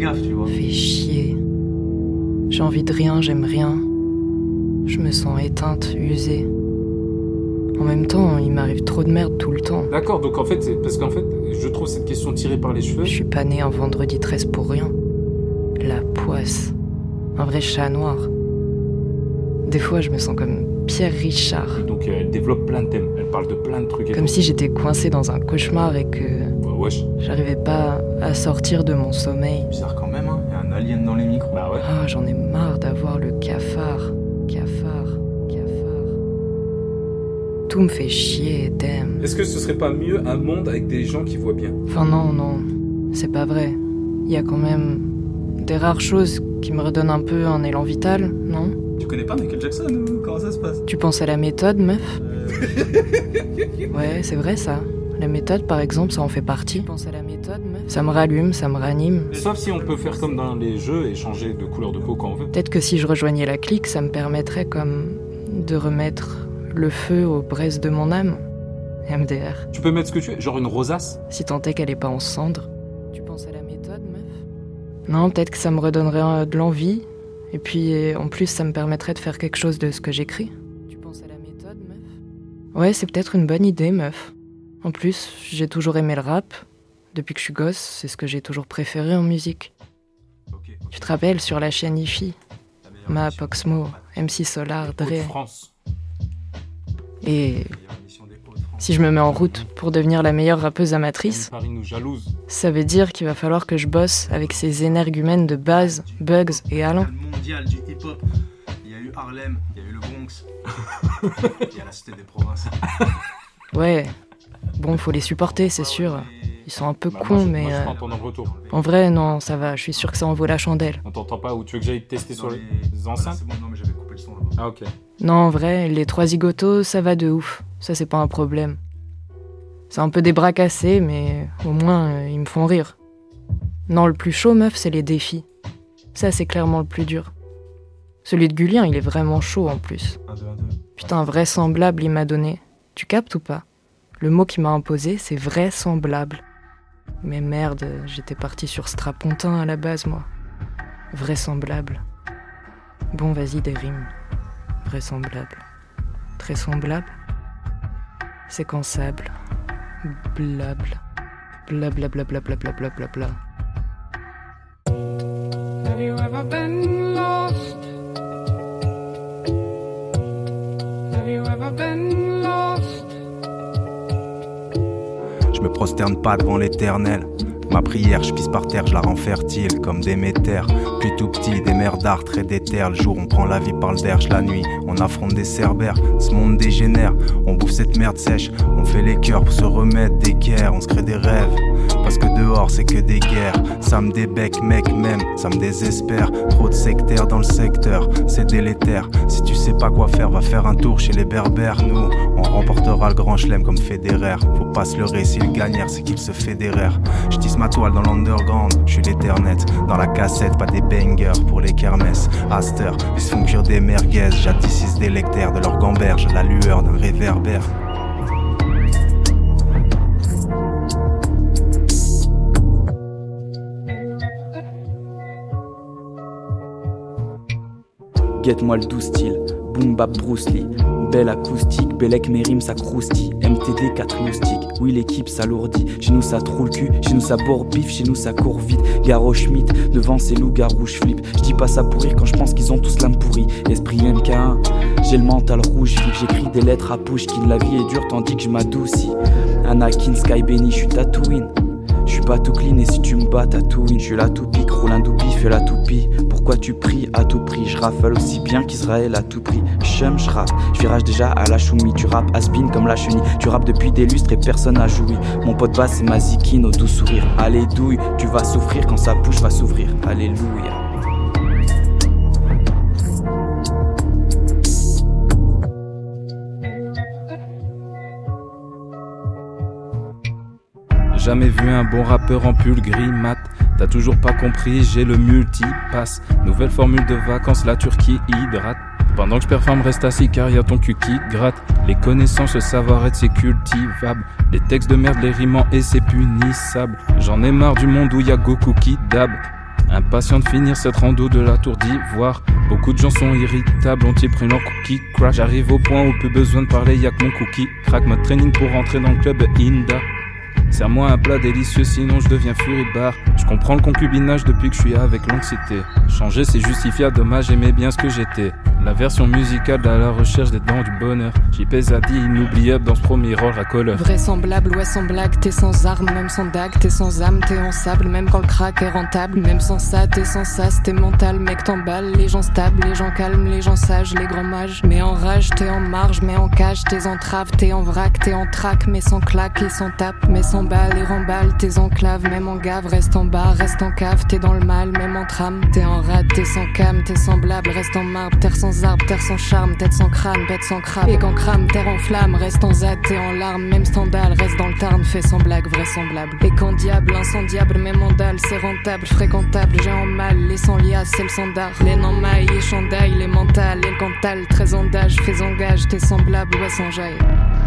gaffe, tu vois. Fais chier. J'ai envie de rien, j'aime rien. Je me sens éteinte, usée. En même temps, il m'arrive trop de merde tout le temps. D'accord, donc en fait, c'est parce qu'en fait, je trouve cette question tirée par les cheveux. Je suis pas née un vendredi 13 pour rien. La poisse. Un vrai chat noir. Des fois, je me sens comme Pierre Richard. Donc elle développe plein de thèmes, elle parle de plein de trucs. Comme si j'étais coincée dans un cauchemar et que wesh. j'arrivais pas à sortir de mon sommeil. Bizarre quand même, hein. Il y a un alien dans les micros. Bah ouais. Ah, j'en ai marre d'avoir le cafard. Tout me fait chier, damn. Est-ce que ce serait pas mieux un monde avec des gens qui voient bien? Enfin non, c'est pas vrai. Il y a quand même des rares choses qui me redonnent un peu un élan vital, non? Tu connais pas Michael Jackson ou comment ça se passe? Tu penses à la méthode, meuf? Ouais, c'est vrai ça. La méthode, par exemple, ça en fait partie. Tu penses à la méthode, meuf? Ça me rallume, ça me ranime. Sauf si on peut faire comme dans les jeux et changer de couleur de peau quand on veut. Peut-être que si je rejoignais la clique, ça me permettrait comme de remettre le feu aux braises de mon âme. MDR. Tu peux mettre ce que tu veux, genre une rosace? Si tant est qu'elle est pas en cendres. Tu penses à la méthode, meuf? Non, peut-être que ça me redonnerait de l'envie. Et puis, en plus, ça me permettrait de faire quelque chose de ce que j'écris. Tu penses à la méthode, meuf? Ouais, c'est peut-être une bonne idée, meuf. En plus, j'ai toujours aimé le rap. Depuis que je suis gosse, c'est ce que j'ai toujours préféré en musique. Okay. Tu te rappelles, sur la chaîne IFI, Ma, Poxmo, MC Solar, Dre. France. Et si je me mets en route pour devenir la meilleure rappeuse amatrice, Paris nous jalouse. ça veut dire qu'il va falloir que je bosse avec ces énergumènes de Baz, Bugs et Alain. Le mondial du hip-hop. Il y a eu Harlem, il y a eu le Bronx. Il y a la cité des provinces. Ouais, bon, faut les supporter, c'est sûr. Ils sont un peu cons, mais... Moi, je prends ton retour. En vrai, non, ça va, je suis sûr que ça en vaut la chandelle. On t'entend pas, ou tu veux que j'aille tester sur les enceintes? C'est bon, non, mais j'avais coupé le son là-bas. Ah ok. Non, en vrai, les 3 zigotos, ça va de ouf. Ça, c'est pas un problème. C'est un peu des bras cassés, mais au moins, ils me font rire. Non, le plus chaud, meuf, c'est les défis. Ça, c'est clairement le plus dur. Celui de Gulien, il est vraiment chaud, en plus. 1, 2, 1, 2. Putain, vraisemblable, il m'a donné. Tu captes ou pas? Le mot qu'il m'a imposé, c'est vraisemblable. Mais merde, j'étais partie sur strapontin à la base, moi. Vraisemblable. Bon, vas-y, des rimes. Vraisemblable. Très semblable. Séquençable. Blable. Blablabla. Have you ever been lost? Have you ever been lost? Je me prosterne pas devant l'éternel. Ma prière, je pisse par terre, je la rends fertile comme Déméter. Plus tout petit, des mers d'art très déter. Le jour, on prend la vie par le derche. La nuit, on affronte des cerbères. Ce monde dégénère, on bouffe cette merde sèche. On fait les cœurs pour se remettre des guerres. On se crée des rêves, parce que dehors, c'est que des guerres. Ça me débec, mec, même, ça me désespère. Trop de sectaires dans le secteur, c'est délétère. Si tu sais pas quoi faire, va faire un tour chez les berbères. Nous, on remportera le grand chelem comme Federer. Faut pas se leurrer, s'ils gagnèrent, c'est qu'ils se fédérèrent. Je tisse ma toile dans l'underground, je suis l'éternel. Dans la cassette, pas des bangers pour les kermesses. Aster, ils se font cuire des merguez. J'attisse des lecteurs de leur gamberge, la lueur d'un réverbère. Guette-moi le doux style, boom bap Bruce Lee. Belle acoustique, Bellec mes rimes ça croustille. MTD 4 moustiques, oui l'équipe s'alourdit. Chez nous ça troule cul, chez nous ça bord bif, chez nous ça court vite. Garo Schmidt, devant ces loups-garous j'flippe. J'dis pas ça pour rire quand j'pense qu'ils ont tous l'âme pourrie. Esprit MK1, j'ai le mental rouge vif. J'écris des lettres à Pushkin, la vie est dure tandis que je m'adoucis. Anakin, Sky Benny, j'suis Tatooine. J'suis pas tout clean et si tu me bats Tatooine. J'suis la tout pique, roule un doubi, fais la toupie. Pourquoi tu pries à tout prix? Je rafale aussi bien qu'Israël à tout prix. Chum, j'rappe, j'virage déjà à la choumi. Tu rappes Aspin comme la chenille. Tu rappes depuis des lustres et personne n'a joui. Mon pote basse c'est ma zikine au doux sourire. Allez douille, tu vas souffrir quand sa bouche va s'ouvrir. Alléluia. Jamais vu un bon rappeur en pull gris mat. T'as toujours pas compris, j'ai le multipass. Nouvelle formule de vacances, la Turquie hydrate. Pendant que je performe, reste assis car y'a ton cul qui gratte. Les connaissances, le savoir-être, c'est cultivable. Les textes de merde, les rimants et c'est punissable. J'en ai marre du monde où y'a Goku qui dab. Impatient de finir cette rando de la tour d'ivoire. Beaucoup de gens sont irritables, ont-ils pris leur cookie crack? J'arrive au point où plus besoin de parler, y'a que mon cookie crack. Mode training pour rentrer dans le club Inda. Serre-moi un plat délicieux, sinon je deviens furibard. Je comprends le concubinage depuis que je suis avec l'anxiété. Changer c'est justifiable, dommage, j'aimais bien ce que j'étais. La version musicale à la recherche des dents du bonheur. JP Zadi, inoubliable dans ce premier rôle racoleur. Vraisemblable, ouais sans blague, t'es sans armes, même sans dague, t'es sans âme, t'es en sable, même quand le crack est rentable. Même sans ça, t'es sans sas, t'es mental, mec t'emballes. Les gens stables, les gens calmes, les gens sages, les grands mages. Mais en rage, t'es en marge, mais en cage, t'es en trave, t'es en vrac, t'es en trac, mais sans claque et sans tape, mais sans balle et remballe, t'es enclave, même en gave, reste en bas, reste en cave, t'es dans le mal, même en trame, t'es en rade, t'es sans cam, t'es semblable, reste en marbre, terre sans arbre, terre sans charme, tête sans crâne, bête sans crabe, et quand crame, terre en flamme, reste en zad, t'es en larmes, même standal, reste dans le tarn, fait sans blague, vraisemblable, et quand diable, incendiable, même en dalle, c'est rentable, fréquentable, j'ai en mal, les sans liasses, c'est le sandar, les non mailles, et chandail, les mentales, et le cantal, très en d'âge, fais engage, t'es semblable, ouais sans jaille.